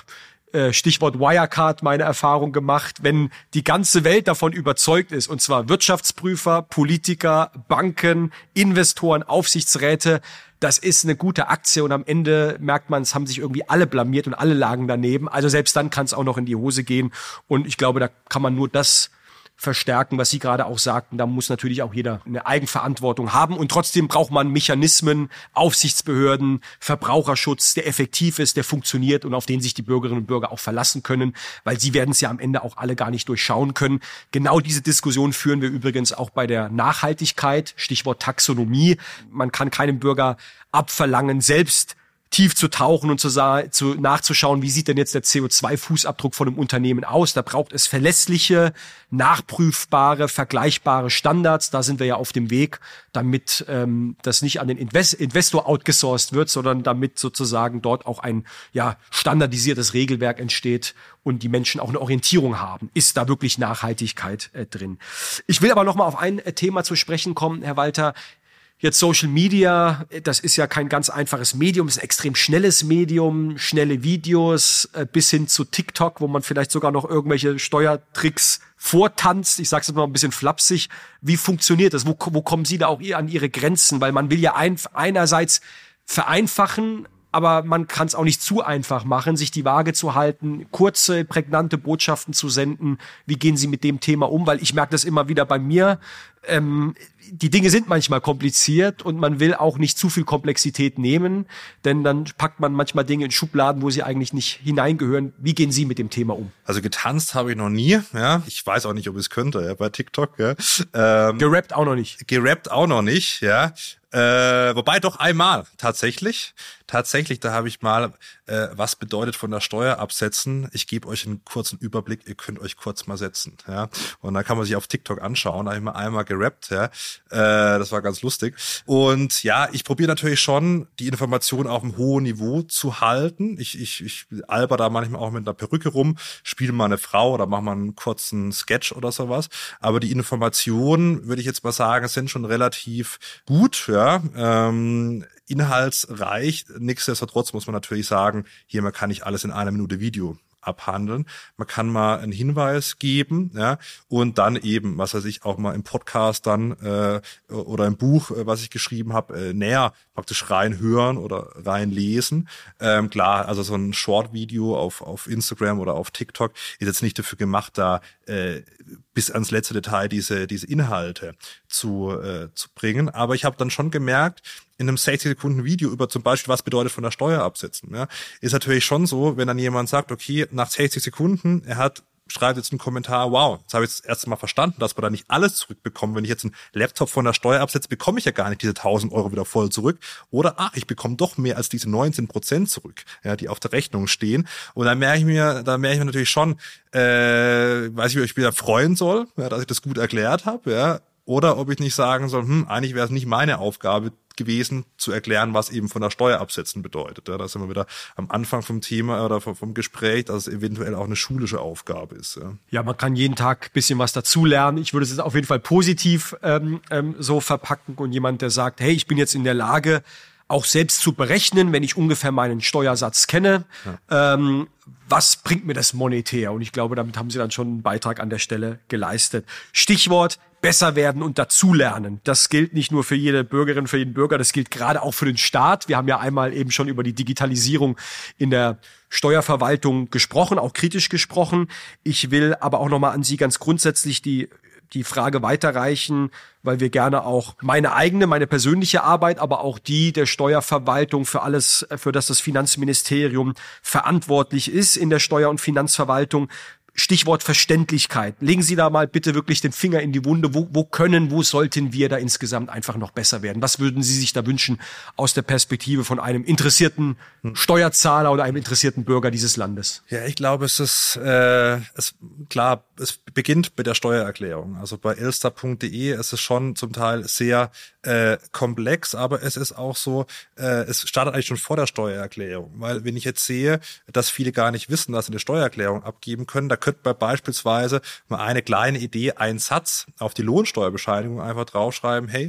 Stichwort Wirecard, meine Erfahrung gemacht, wenn die ganze Welt davon überzeugt ist, und zwar Wirtschaftsprüfer, Politiker, Banken, Investoren, Aufsichtsräte, das ist eine gute Aktie und am Ende merkt man, es haben sich irgendwie alle blamiert und alle lagen daneben. Also selbst dann kann es auch noch in die Hose gehen und ich glaube, da kann man nur das verstärken, was Sie gerade auch sagten. Da muss natürlich auch jeder eine Eigenverantwortung haben und trotzdem braucht man Mechanismen, Aufsichtsbehörden, Verbraucherschutz, der effektiv ist, der funktioniert und auf den sich die Bürgerinnen und Bürger auch verlassen können, weil sie werden es ja am Ende auch alle gar nicht durchschauen können. Genau diese Diskussion führen wir übrigens auch bei der Nachhaltigkeit, Stichwort Taxonomie. Man kann keinem Bürger abverlangen, selbst tief zu tauchen und zu, zu nachzuschauen, wie sieht denn jetzt der C O zwei Fußabdruck von einem Unternehmen aus. Da braucht es verlässliche, nachprüfbare, vergleichbare Standards. Da sind wir ja auf dem Weg, damit ähm, das nicht an den Invest- Investor outgesourced wird, sondern damit sozusagen dort auch ein ja standardisiertes Regelwerk entsteht und die Menschen auch eine Orientierung haben. Ist da wirklich Nachhaltigkeit äh, drin? Ich will aber noch mal auf ein äh, Thema zu sprechen kommen, Herr Walter. Jetzt Social Media, das ist ja kein ganz einfaches Medium, ist ein extrem schnelles Medium, schnelle Videos äh, bis hin zu TikTok, wo man vielleicht sogar noch irgendwelche Steuertricks vortanzt. Ich sage es jetzt mal ein bisschen flapsig. Wie funktioniert das? Wo, wo kommen Sie da auch an Ihre Grenzen? Weil man will ja ein, einerseits vereinfachen, aber man kann es auch nicht zu einfach machen, sich die Waage zu halten, kurze, prägnante Botschaften zu senden. Wie gehen Sie mit dem Thema um? Weil ich merke das immer wieder bei mir. Ähm, die Dinge sind manchmal kompliziert und man will auch nicht zu viel Komplexität nehmen, denn dann packt man manchmal Dinge in Schubladen, wo sie eigentlich nicht hineingehören. Wie gehen Sie mit dem Thema um?
Also getanzt habe ich noch nie, ja. Ich weiß auch nicht, ob ich es könnte, ja, bei TikTok, ja. Ähm,
gerappt auch noch nicht.
Gerappt auch noch nicht, ja. Äh, wobei doch einmal tatsächlich. Tatsächlich, da habe ich mal, äh, was bedeutet von der Steuer absetzen. Ich gebe euch einen kurzen Überblick, ihr könnt euch kurz mal setzen. Ja. Und dann kann man sich auf TikTok anschauen. Da habe ich mal einmal gerappt, ja. Äh, das war ganz lustig. Und ja, ich probiere natürlich schon, die Information auf einem hohen Niveau zu halten. Ich, ich, ich alber da manchmal auch mit einer Perücke rum, spiele mal eine Frau oder mache mal einen kurzen Sketch oder sowas. Aber die Informationen, würde ich jetzt mal sagen, sind schon relativ gut, ja. Ähm, inhaltsreich. Nichtsdestotrotz muss man natürlich sagen, hier, man kann nicht alles in einer Minute Video abhandeln. Man kann mal einen Hinweis geben, ja, und dann eben, was weiß ich, auch mal im Podcast dann äh, oder im Buch, äh, was ich geschrieben habe, äh, näher praktisch reinhören oder reinlesen. Ähm, klar, also so ein Short-Video auf auf Instagram oder auf TikTok ist jetzt nicht dafür gemacht, da äh, bis ans letzte Detail diese diese Inhalte zu äh, zu bringen. Aber ich habe dann schon gemerkt, in einem sechzig Sekunden Video über zum Beispiel, was bedeutet von der Steuer absetzen, ja, ist natürlich schon so, wenn dann jemand sagt, okay, nach sechzig Sekunden, er hat schreibt jetzt einen Kommentar, wow, jetzt habe ich das erste Mal verstanden, dass wir da nicht alles zurückbekommen. Wenn ich jetzt einen Laptop von der Steuer absetze, bekomme ich ja gar nicht diese tausend Euro wieder voll zurück. Oder, ach, ich bekomme doch mehr als diese neunzehn Prozent zurück, ja, die auf der Rechnung stehen. Und dann merke ich mir, da merke ich mir natürlich schon, äh, weiß ich, ob ich wieder freuen soll, ja, dass ich das gut erklärt habe, ja, oder ob ich nicht sagen soll, hm, eigentlich wäre es nicht meine Aufgabe gewesen, zu erklären, was eben von der Steuer absetzen bedeutet. Ja, da sind wir wieder am Anfang vom Thema oder vom, vom Gespräch, dass es eventuell auch eine schulische Aufgabe ist. Ja,
ja, man kann jeden Tag ein bisschen was dazulernen. Ich würde es jetzt auf jeden Fall positiv ähm, ähm, so verpacken und jemand, der sagt, hey, ich bin jetzt in der Lage, auch selbst zu berechnen, wenn ich ungefähr meinen Steuersatz kenne, ja. ähm, was bringt mir das monetär? Und ich glaube, damit haben Sie dann schon einen Beitrag an der Stelle geleistet. Stichwort besser werden und dazulernen. Das gilt nicht nur für jede Bürgerin, für jeden Bürger, das gilt gerade auch für den Staat. Wir haben ja einmal eben schon über die Digitalisierung in der Steuerverwaltung gesprochen, auch kritisch gesprochen. Ich will aber auch nochmal an Sie ganz grundsätzlich die die Frage weiterreichen, weil wir gerne auch meine eigene, meine persönliche Arbeit, aber auch die der Steuerverwaltung für alles, für das das Finanzministerium verantwortlich ist in der Steuer- und Finanzverwaltung. Stichwort Verständlichkeit. Legen Sie da mal bitte wirklich den Finger in die Wunde. Wo, wo können, wo sollten wir da insgesamt einfach noch besser werden? Was würden Sie sich da wünschen aus der Perspektive von einem interessierten Steuerzahler oder einem interessierten Bürger dieses Landes?
Ja, ich glaube, es ist äh, es, klar, es beginnt mit der Steuererklärung. Also bei elster punkt de ist es schon zum Teil sehr äh, komplex, aber es ist auch so, äh, es startet eigentlich schon vor der Steuererklärung. Weil wenn ich jetzt sehe, dass viele gar nicht wissen, dass sie eine Steuererklärung abgeben können, da könnte man beispielsweise mal eine kleine Idee, einen Satz auf die Lohnsteuerbescheinigung einfach draufschreiben, hey,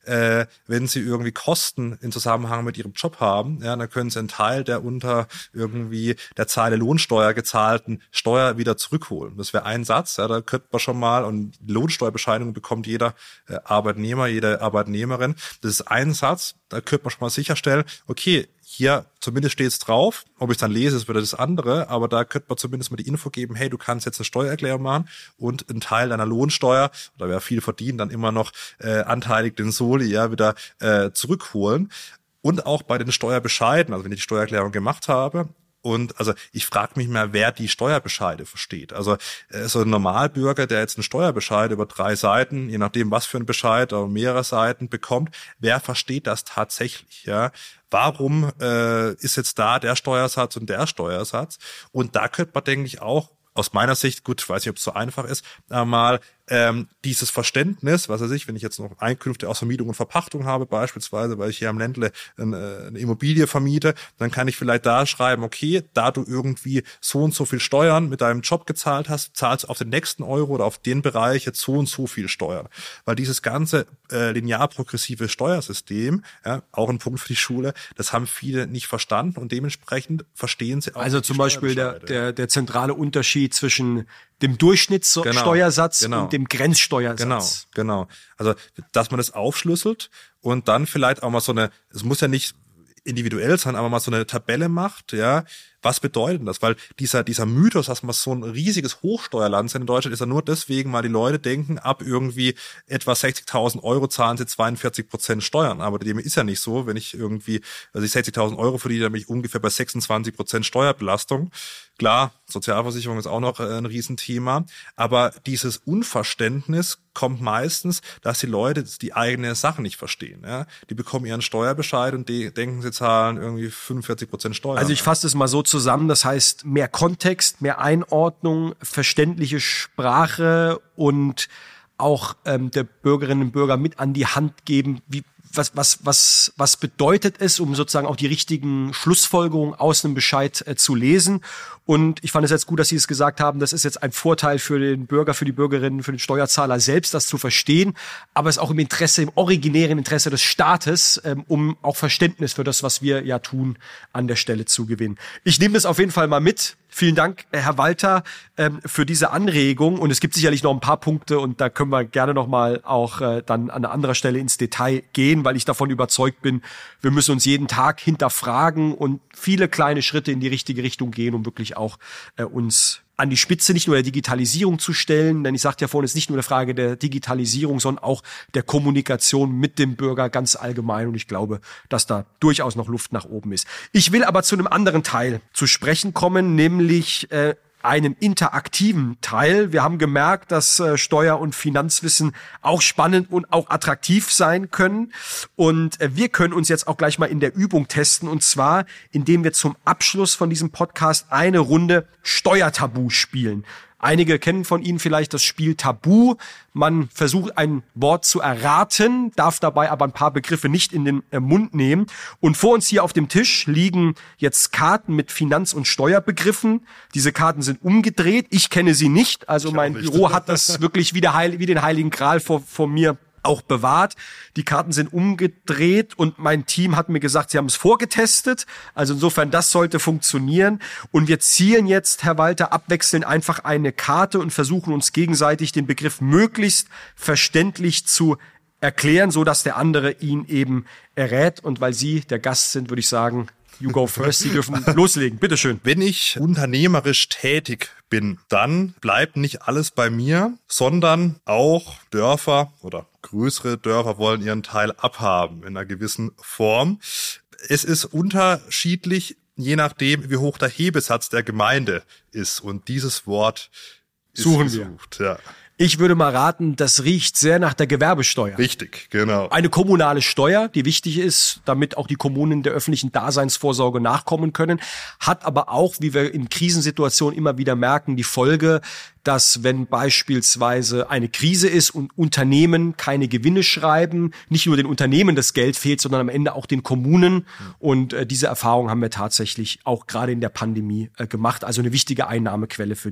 äh, wenn sie irgendwie Kosten in Zusammenhang mit ihrem Job haben, ja, dann können sie einen Teil der unter irgendwie der Zeile Lohnsteuer gezahlten Steuer wieder zurückholen. Das wäre ein Satz, ja, da könnte man schon mal, und Lohnsteuerbescheinigung bekommt jeder äh, Arbeitnehmer, jede Arbeitnehmerin. Das ist ein Satz, da könnte man schon mal sicherstellen, okay, hier zumindest steht es drauf, ob ich es dann lese, ist wieder das andere, aber da könnte man zumindest mal die Info geben, hey, du kannst jetzt eine Steuererklärung machen und einen Teil deiner Lohnsteuer, oder wer viel verdient, dann immer noch äh, anteilig den Soli ja wieder äh, zurückholen. Und auch bei den Steuerbescheiden, also wenn ich die Steuererklärung gemacht habe, und also ich frage mich mal, wer die Steuerbescheide versteht. Also äh, so ein Normalbürger, der jetzt einen Steuerbescheid über drei Seiten, je nachdem was für ein Bescheid, oder mehrere Seiten bekommt, wer versteht das tatsächlich? Ja? Warum äh, ist jetzt da der Steuersatz und der Steuersatz? Und da könnte man, denke ich, auch aus meiner Sicht, gut, ich weiß nicht, ob es so einfach ist, äh, mal ähm, dieses Verständnis, was weiß ich, wenn ich jetzt noch Einkünfte aus Vermietung und Verpachtung habe, beispielsweise, weil ich hier am Ländle eine, eine Immobilie vermiete, dann kann ich vielleicht da schreiben, okay, da du irgendwie so und so viel Steuern mit deinem Job gezahlt hast, zahlst du auf den nächsten Euro oder auf den Bereich jetzt so und so viel Steuern. Weil dieses ganze äh, linear progressive Steuersystem, ja, auch ein Punkt für die Schule, das haben viele nicht verstanden und dementsprechend verstehen sie auch.
Also zum Beispiel der, der, der zentrale Unterschied zwischen dem Durchschnittssteuersatz genau, genau. und dem Grenzsteuersatz.
Genau, genau. Also, dass man das aufschlüsselt und dann vielleicht auch mal so eine, es muss ja nicht individuell sein, aber mal so eine Tabelle macht, ja, was bedeutet das? Weil dieser dieser Mythos, dass man so ein riesiges Hochsteuerland sind in Deutschland, ist ja nur deswegen, weil die Leute denken, ab irgendwie etwa sechzigtausend Euro zahlen sie zweiundvierzig Prozent Steuern. Aber dem ist ja nicht so. Wenn ich irgendwie, also ich sechzigtausend Euro verdiene, dann bin ich ungefähr bei sechsundzwanzig Prozent Steuerbelastung. Klar, Sozialversicherung ist auch noch ein Riesenthema. Aber dieses Unverständnis kommt meistens, dass die Leute die eigene Sache nicht verstehen. Ja? Die bekommen ihren Steuerbescheid und die denken, sie zahlen irgendwie fünfundvierzig Prozent Steuern.
Also ich fasse es mal so zusammen, das heißt mehr Kontext, mehr Einordnung, verständliche Sprache und auch ähm, der Bürgerinnen und Bürger mit an die Hand geben, wie was was was was bedeutet es, um sozusagen auch die richtigen Schlussfolgerungen aus einem Bescheid äh, zu lesen. Und ich fand es jetzt gut, dass Sie es gesagt haben, das ist jetzt ein Vorteil für den Bürger, für die Bürgerinnen, für den Steuerzahler selbst, das zu verstehen, aber es ist auch im Interesse, im originären Interesse des Staates, ähm, um auch Verständnis für das, was wir ja tun, an der Stelle zu gewinnen. Ich nehme das auf jeden Fall mal mit. Vielen Dank, Herr Walter, ähm, für diese Anregung. Und es gibt sicherlich noch ein paar Punkte und da können wir gerne noch mal auch äh, dann an einer anderen Stelle ins Detail gehen, weil ich davon überzeugt bin, wir müssen uns jeden Tag hinterfragen und viele kleine Schritte in die richtige Richtung gehen, um wirklich auch äh, uns an die Spitze nicht nur der Digitalisierung zu stellen, denn ich sagte ja vorhin, es ist nicht nur eine Frage der Digitalisierung, sondern auch der Kommunikation mit dem Bürger ganz allgemein und ich glaube, dass da durchaus noch Luft nach oben ist. Ich will aber zu einem anderen Teil zu sprechen kommen, nämlich äh, einem interaktiven Teil. Wir haben gemerkt, dass äh, Steuer- und Finanzwissen auch spannend und auch attraktiv sein können. Und äh, wir können uns jetzt auch gleich mal in der Übung testen. Und zwar, indem wir zum Abschluss von diesem Podcast eine Runde Steuertabu spielen. Einige kennen von Ihnen vielleicht das Spiel Tabu. Man versucht ein Wort zu erraten, darf dabei aber ein paar Begriffe nicht in den Mund nehmen. Und vor uns hier auf dem Tisch liegen jetzt Karten mit Finanz- und Steuerbegriffen. Diese Karten sind umgedreht. Ich kenne sie nicht. Also ich mein Büro hat das wirklich wie, der Heil- wie den Heiligen Gral vor, vor mir auch bewahrt. Die Karten sind umgedreht und mein Team hat mir gesagt, sie haben es vorgetestet. Also insofern, das sollte funktionieren. Und wir zielen jetzt, Herr Walter, abwechselnd einfach eine Karte und versuchen uns gegenseitig den Begriff möglichst verständlich zu erklären, so dass der andere ihn eben errät. Und weil Sie der Gast sind, würde ich sagen, you go first. Sie dürfen loslegen. Bitteschön.
Wenn ich unternehmerisch tätig bin, dann bleibt nicht alles bei mir, sondern auch Dörfer oder größere Dörfer wollen ihren Teil abhaben in einer gewissen Form. Es ist unterschiedlich, je nachdem, wie hoch der Hebesatz der Gemeinde ist. Und dieses Wort ist
Suchen
gesucht.
wir.
Ja.
Ich würde mal raten, das riecht sehr nach der Gewerbesteuer.
Richtig, genau.
Eine kommunale Steuer, die wichtig ist, damit auch die Kommunen der öffentlichen Daseinsvorsorge nachkommen können, hat aber auch, wie wir in Krisensituationen immer wieder merken, die Folge, dass wenn beispielsweise eine Krise ist und Unternehmen keine Gewinne schreiben, nicht nur den Unternehmen das Geld fehlt, sondern am Ende auch den Kommunen. Und äh, diese Erfahrung haben wir tatsächlich auch gerade in der Pandemie äh, gemacht. Also eine wichtige Einnahmequelle für die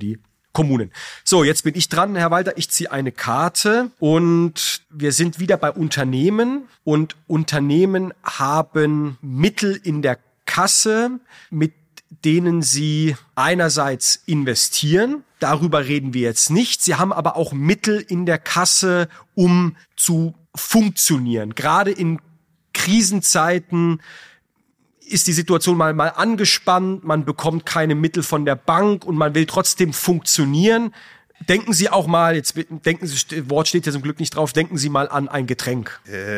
Kommunen. So, jetzt bin ich dran, Herr Walter. Ich ziehe eine Karte und wir sind wieder bei Unternehmen. Und Unternehmen haben Mittel in der Kasse, mit denen sie einerseits investieren. Darüber reden wir jetzt nicht. Sie haben aber auch Mittel in der Kasse, um zu funktionieren. Gerade in Krisenzeiten ist die Situation mal, mal angespannt, man bekommt keine Mittel von der Bank und man will trotzdem funktionieren. Denken Sie auch mal, jetzt denken Sie, Wort steht ja zum Glück nicht drauf, denken Sie mal an ein Getränk.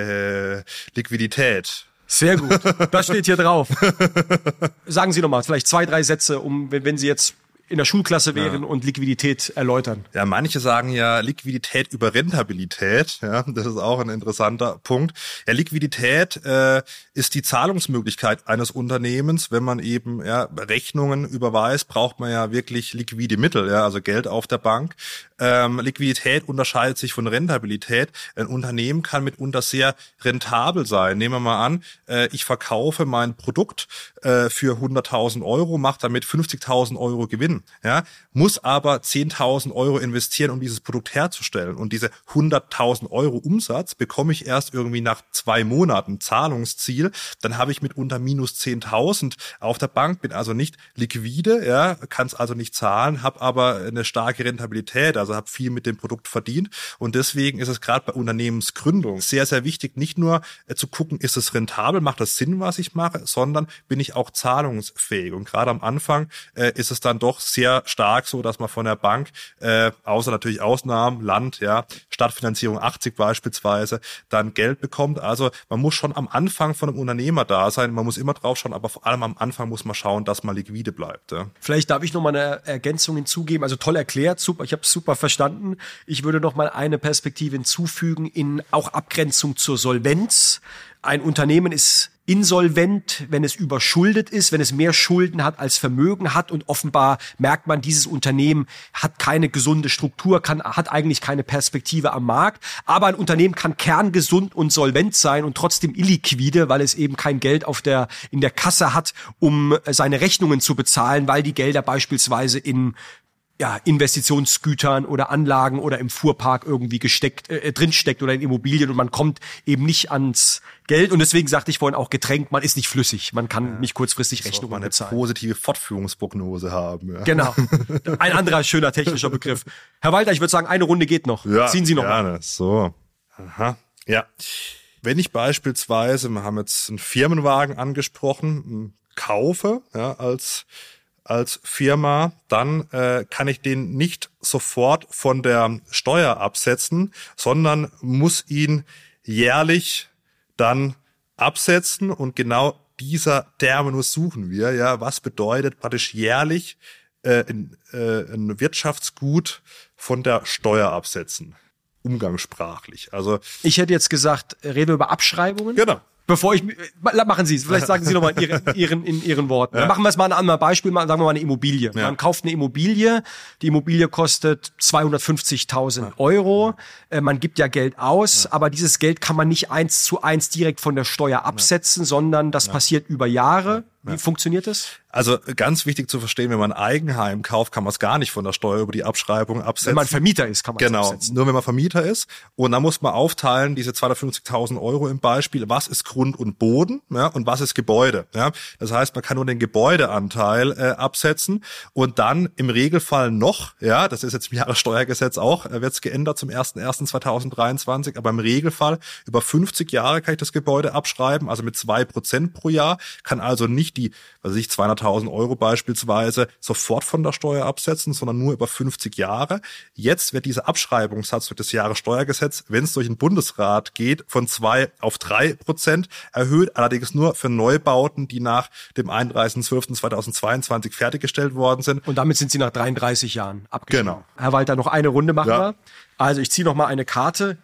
Äh, Liquidität.
Sehr gut, das steht hier drauf. Sagen Sie noch mal, vielleicht zwei, drei Sätze, um, wenn, wenn Sie jetzt in der Schulklasse wären ja. und Liquidität erläutern.
Ja, manche sagen ja Liquidität über Rentabilität. Ja, das ist auch ein interessanter Punkt. Ja, Liquidität äh, ist die Zahlungsmöglichkeit eines Unternehmens. Wenn man eben ja, Rechnungen überweist, braucht man ja wirklich liquide Mittel, ja, also Geld auf der Bank. Ähm, Liquidität unterscheidet sich von Rentabilität. Ein Unternehmen kann mitunter sehr rentabel sein. Nehmen wir mal an, äh, ich verkaufe mein Produkt äh, für hunderttausend Euro, mache damit fünfzigtausend Euro Gewinn. Ja, muss aber zehntausend Euro investieren, um dieses Produkt herzustellen. Und diese hunderttausend Euro Umsatz bekomme ich erst irgendwie nach zwei Monaten Zahlungsziel. Dann habe ich mitunter minus zehntausend auf der Bank, bin also nicht liquide, ja, kann es also nicht zahlen, habe aber eine starke Rentabilität, also habe viel mit dem Produkt verdient. Und deswegen ist es gerade bei Unternehmensgründung sehr, sehr wichtig, nicht nur äh, zu gucken, ist es rentabel, macht das Sinn, was ich mache, sondern bin ich auch zahlungsfähig. Und gerade am Anfang äh, ist es dann doch sehr stark so, dass man von der Bank, äh, außer natürlich Ausnahmen, Land, ja, Stadtfinanzierung achtzig beispielsweise, dann Geld bekommt. Also man muss schon am Anfang von einem Unternehmer da sein, man muss immer drauf schauen, aber vor allem am Anfang muss man schauen, dass man liquide bleibt. Ja.
Vielleicht darf ich noch mal eine Ergänzung hinzugeben, also toll erklärt, super, ich habe es super verstanden. Ich würde noch mal eine Perspektive hinzufügen in auch Abgrenzung zur Solvenz. Ein Unternehmen ist insolvent, wenn es überschuldet ist, wenn es mehr Schulden hat als Vermögen hat und offenbar merkt man, dieses Unternehmen hat keine gesunde Struktur, kann, hat eigentlich keine Perspektive am Markt, aber ein Unternehmen kann kerngesund und solvent sein und trotzdem illiquide, weil es eben kein Geld auf der, in der Kasse hat, um seine Rechnungen zu bezahlen, weil die Gelder beispielsweise in ja, Investitionsgütern oder Anlagen oder im Fuhrpark irgendwie gesteckt, äh, drinsteckt oder in Immobilien und man kommt eben nicht ans Geld. Und deswegen sagte ich vorhin auch Getränk, man ist nicht flüssig. Man kann ja nicht kurzfristig Rechnungen
eine
bezahlen.
Positive Fortführungsprognose haben. Ja.
Genau. Ein anderer schöner technischer Begriff. Herr Walter, ich würde sagen, eine Runde geht noch.
Ja,
ziehen Sie noch
gerne.
mal.
So. Aha. Ja. Wenn ich beispielsweise, wir haben jetzt einen Firmenwagen angesprochen, kaufe, ja, als als Firma, dann äh, kann ich den nicht sofort von der Steuer absetzen, sondern muss ihn jährlich dann absetzen. Und genau dieser Terminus suchen wir. Ja, was bedeutet praktisch jährlich äh, ein, äh, ein Wirtschaftsgut von der Steuer absetzen? Umgangssprachlich. Also
ich hätte jetzt gesagt, reden wir über Abschreibungen.
Genau.
Bevor ich, machen Sie es, vielleicht sagen Sie nochmal in Ihren, Ihren, in Ihren Worten. Ja. Machen wir es mal an einem Beispiel, sagen wir mal eine Immobilie. Ja. Man kauft eine Immobilie, die Immobilie kostet zweihundertfünfzigtausend ja. Euro, äh, man gibt ja Geld aus, ja. aber dieses Geld kann man nicht eins zu eins direkt von der Steuer absetzen, ja. sondern das ja. passiert über Jahre. Wie ja. funktioniert das?
Also ganz wichtig zu verstehen, wenn man ein Eigenheim kauft, kann man es gar nicht von der Steuer über die Abschreibung absetzen.
Wenn man Vermieter ist, kann man es
genau,
absetzen.
Genau, nur wenn man Vermieter ist. Und dann muss man aufteilen, diese zweihundertfünfzigtausend Euro im Beispiel, was ist Grund und Boden, ja, und was ist Gebäude. Ja. Das heißt, man kann nur den Gebäudeanteil äh, absetzen und dann im Regelfall noch, ja, das ist jetzt im Jahressteuergesetz auch, äh, wird es geändert zum ersten ersten zweitausenddreiundzwanzig, aber im Regelfall über fünfzig Jahre kann ich das Gebäude abschreiben, also mit zwei Prozent pro Jahr, kann also nicht die, was weiß ich, zweihunderttausend Euro beispielsweise sofort von der Steuer absetzen, sondern nur über fünfzig Jahre. Jetzt wird dieser Abschreibungssatz durch das Jahressteuergesetz, wenn es durch den Bundesrat geht, von zwei auf drei Prozent erhöht, allerdings nur für Neubauten, die nach dem einunddreißigsten zwölften zweitausendzweiundzwanzig fertiggestellt worden sind.
Und damit sind sie nach dreiunddreißig Jahren abgeschrieben.
Genau.
Herr Walter, noch eine Runde machen
ja.
wir. Also ich ziehe noch mal eine Karte.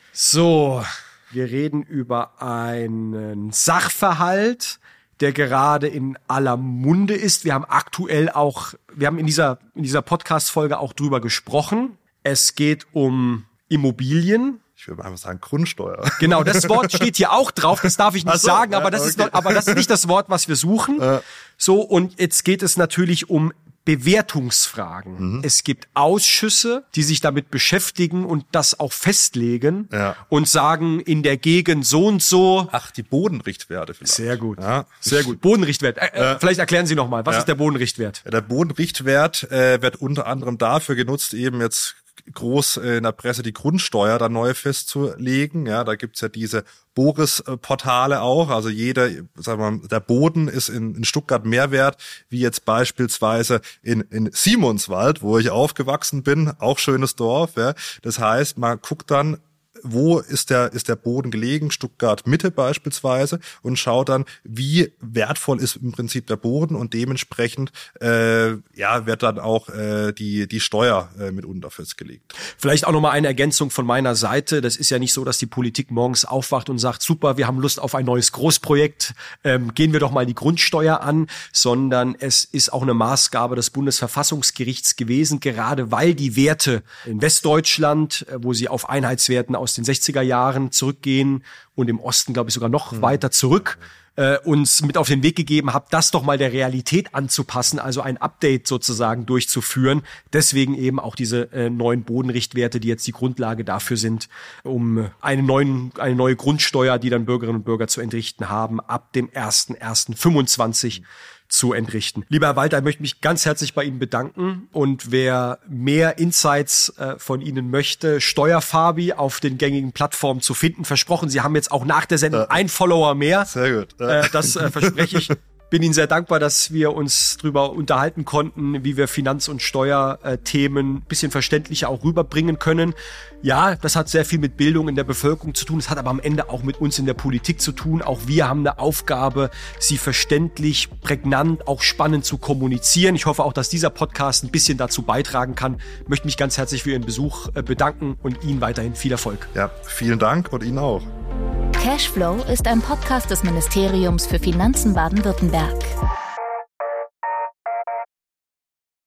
So, wir reden über einen Sachverhalt, der gerade in aller Munde ist. Wir haben aktuell auch, wir haben in dieser, in dieser Podcast-Folge auch drüber gesprochen. Es geht um Immobilien.
Ich würde einfach sagen Grundsteuer.
Genau, das Wort steht hier auch drauf, das darf ich nicht so, sagen, aber das, okay. ist noch, aber das ist nicht das Wort, was wir suchen. Äh. So, und jetzt geht es natürlich um Bewertungsfragen. Mhm. Es gibt Ausschüsse, die sich damit beschäftigen und das auch festlegen ja. und sagen, in der Gegend so und so.
Ach, die Bodenrichtwerte vielleicht.
Sehr gut. Ja. Sehr gut. Bodenrichtwert. Äh, äh, vielleicht erklären Sie nochmal, was ja. ist der Bodenrichtwert?
Ja, der Bodenrichtwert äh, wird unter anderem dafür genutzt, eben jetzt groß in der Presse die Grundsteuer da neu festzulegen. Ja, da gibt's ja diese Boris-Portale auch. Also jeder, sagen wir mal, der Boden ist in, in Stuttgart mehr wert, wie jetzt beispielsweise in, in Simonswald, wo ich aufgewachsen bin. Auch schönes Dorf. Ja. Das heißt, man guckt dann, wo ist der, ist der Boden gelegen, Stuttgart Mitte beispielsweise, und schaut dann, wie wertvoll ist im Prinzip der Boden, und dementsprechend äh, ja wird dann auch äh, die, die Steuer äh, mitunter festgelegt.
Vielleicht auch nochmal eine Ergänzung von meiner Seite. Das ist ja nicht so, dass die Politik morgens aufwacht und sagt, super, wir haben Lust auf ein neues Großprojekt, ähm, gehen wir doch mal die Grundsteuer an, sondern es ist auch eine Maßgabe des Bundesverfassungsgerichts gewesen, gerade weil die Werte in Westdeutschland, wo sie auf Einheitswerten aus den sechziger Jahren zurückgehen und im Osten, glaube ich, sogar noch mhm. weiter zurück, äh, uns mit auf den Weg gegeben haben, das doch mal der Realität anzupassen, also ein Update sozusagen durchzuführen. Deswegen eben auch diese äh, neuen Bodenrichtwerte, die jetzt die Grundlage dafür sind, um eine, neuen, eine neue Grundsteuer, die dann Bürgerinnen und Bürger zu entrichten haben, ab dem ersten ersten fünfundzwanzig zu entrichten. Lieber Herr Walter, ich möchte mich ganz herzlich bei Ihnen bedanken, und wer mehr Insights äh, von Ihnen möchte, Steuerfabi auf den gängigen Plattformen zu finden. Versprochen, Sie haben jetzt auch nach der Sendung ja. ein Follower mehr.
Sehr gut. Ja.
Äh, das äh, verspreche ich. Bin Ihnen sehr dankbar, dass wir uns drüber unterhalten konnten, wie wir Finanz- und Steuerthemen ein bisschen verständlicher auch rüberbringen können. Ja, das hat sehr viel mit Bildung in der Bevölkerung zu tun. Es hat aber am Ende auch mit uns in der Politik zu tun. Auch wir haben eine Aufgabe, sie verständlich, prägnant, auch spannend zu kommunizieren. Ich hoffe auch, dass dieser Podcast ein bisschen dazu beitragen kann. Ich möchte mich ganz herzlich für Ihren Besuch bedanken und Ihnen weiterhin viel Erfolg.
Ja, vielen Dank und Ihnen auch.
Cashflow ist ein Podcast des Ministeriums für Finanzen Baden-Württemberg.